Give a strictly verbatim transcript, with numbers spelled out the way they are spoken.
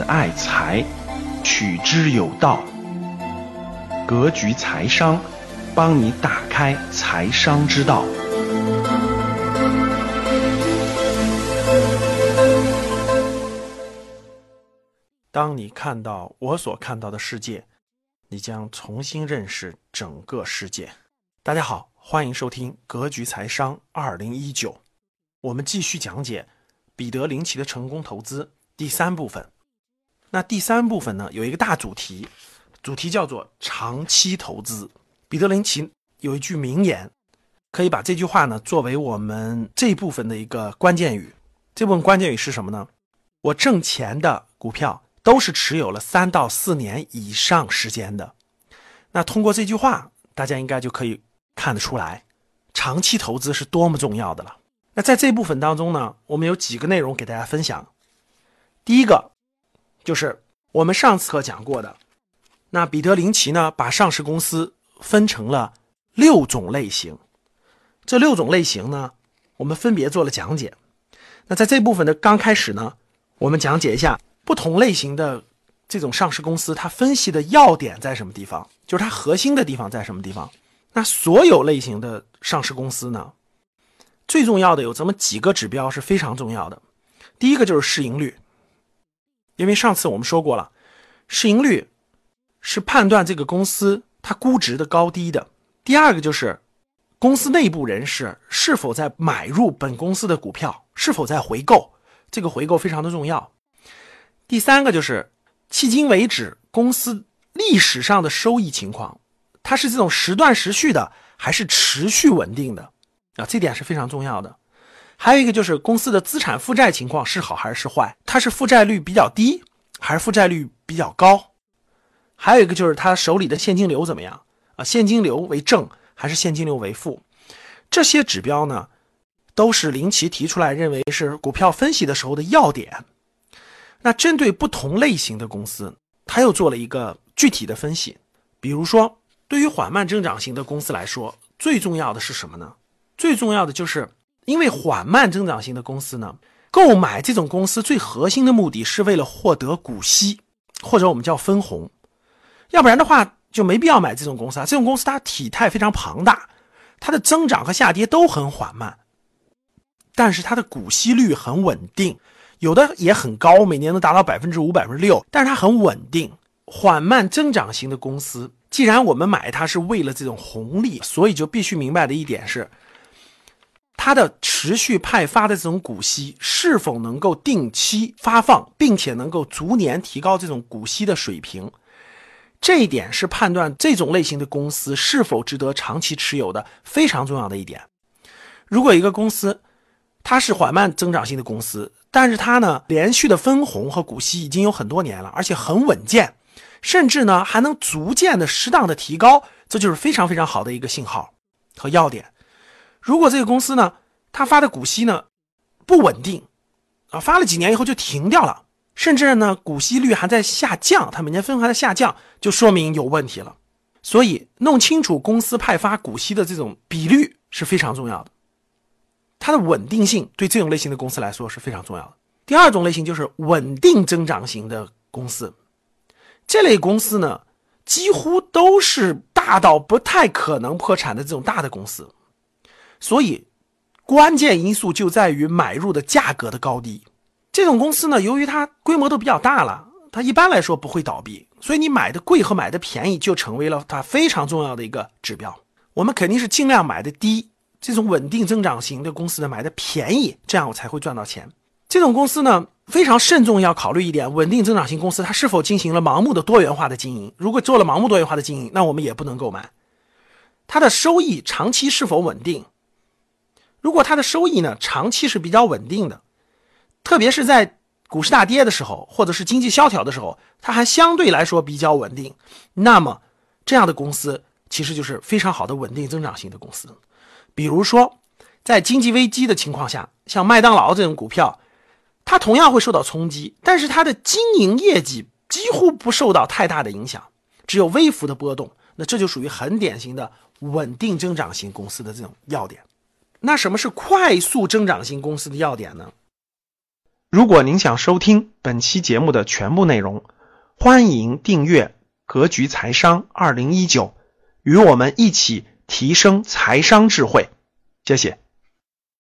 爱财，取之有道。格局财商，帮你打开财商之道。 当你看到我所看到的世界，你将重新认识整个世界。大家好，欢迎收听格局财商二零一九。我们继续讲解彼得林奇的成功投资第三部分。那第三部分呢，有一个大主题，主题叫做长期投资。彼得林奇有一句名言，可以把这句话呢作为我们这一部分的一个关键语。这部分关键语是什么呢？我挣钱的股票都是持有了三到四年以上时间的。那通过这句话，大家应该就可以看得出来，长期投资是多么重要的了。那在这部分当中呢，我们有几个内容给大家分享。第一个就是我们上次课讲过的，那彼得林奇呢，把上市公司分成了六种类型。这六种类型呢，我们分别做了讲解。那在这部分的刚开始呢，我们讲解一下不同类型的这种上市公司，它分析的要点在什么地方，就是它核心的地方在什么地方。那所有类型的上市公司呢，最重要的有这么几个指标是非常重要的。第一个就是市盈率，因为上次我们说过了，市盈率是判断这个公司它估值的高低的。第二个就是公司内部人士是否在买入本公司的股票，是否在回购，这个回购非常的重要。第三个就是迄今为止公司历史上的收益情况，它是这种时断时续的还是持续稳定的啊？这点是非常重要的。还有一个就是公司的资产负债情况是好还是坏，它是负债率比较低还是负债率比较高。还有一个就是它手里的现金流怎么样啊？现金流为正还是现金流为负。这些指标呢，都是林奇提出来认为是股票分析的时候的要点。那针对不同类型的公司，他又做了一个具体的分析。比如说对于缓慢增长型的公司来说，最重要的是什么呢？最重要的就是因为缓慢增长型的公司呢，购买这种公司最核心的目的是为了获得股息，或者我们叫分红。要不然的话就没必要买这种公司啊。这种公司它体态非常庞大，它的增长和下跌都很缓慢，但是它的股息率很稳定，有的也很高，每年能达到 百分之五、百分之六， 但是它很稳定。缓慢增长型的公司，既然我们买它是为了这种红利，所以就必须明白的一点是，它的持续派发的这种股息是否能够定期发放，并且能够逐年提高这种股息的水平。这一点是判断这种类型的公司是否值得长期持有的非常重要的一点。如果一个公司它是缓慢增长型的公司，但是它呢连续的分红和股息已经有很多年了，而且很稳健，甚至呢还能逐渐的适当的提高，这就是非常非常好的一个信号和要点。如果这个公司呢，它发的股息呢不稳定啊，发了几年以后就停掉了，甚至呢股息率还在下降，它每年分红还在下降，就说明有问题了。所以弄清楚公司派发股息的这种比率是非常重要的，它的稳定性对这种类型的公司来说是非常重要的。第二种类型就是稳定增长型的公司，这类公司呢几乎都是大到不太可能破产的这种大的公司，所以关键因素就在于买入的价格的高低。这种公司呢，由于它规模都比较大了，它一般来说不会倒闭，所以你买的贵和买的便宜就成为了它非常重要的一个指标。我们肯定是尽量买的低，这种稳定增长型的公司呢买的便宜，这样我才会赚到钱。这种公司呢非常慎重，要考虑一点，稳定增长型公司它是否进行了盲目的多元化的经营。如果做了盲目多元化的经营，那我们也不能购买。它的收益长期是否稳定？如果它的收益呢长期是比较稳定的，特别是在股市大跌的时候，或者是经济萧条的时候，它还相对来说比较稳定，那么这样的公司其实就是非常好的稳定增长型的公司。比如说在经济危机的情况下，像麦当劳这种股票，它同样会受到冲击，但是它的经营业绩几乎不受到太大的影响，只有微幅的波动，那这就属于很典型的稳定增长型公司的这种要点。那什么是快速增长型公司的要点呢？ 如果您想收听本期节目的全部内容，欢迎订阅格局财商二零一九，与我们一起提升财商智慧。谢谢。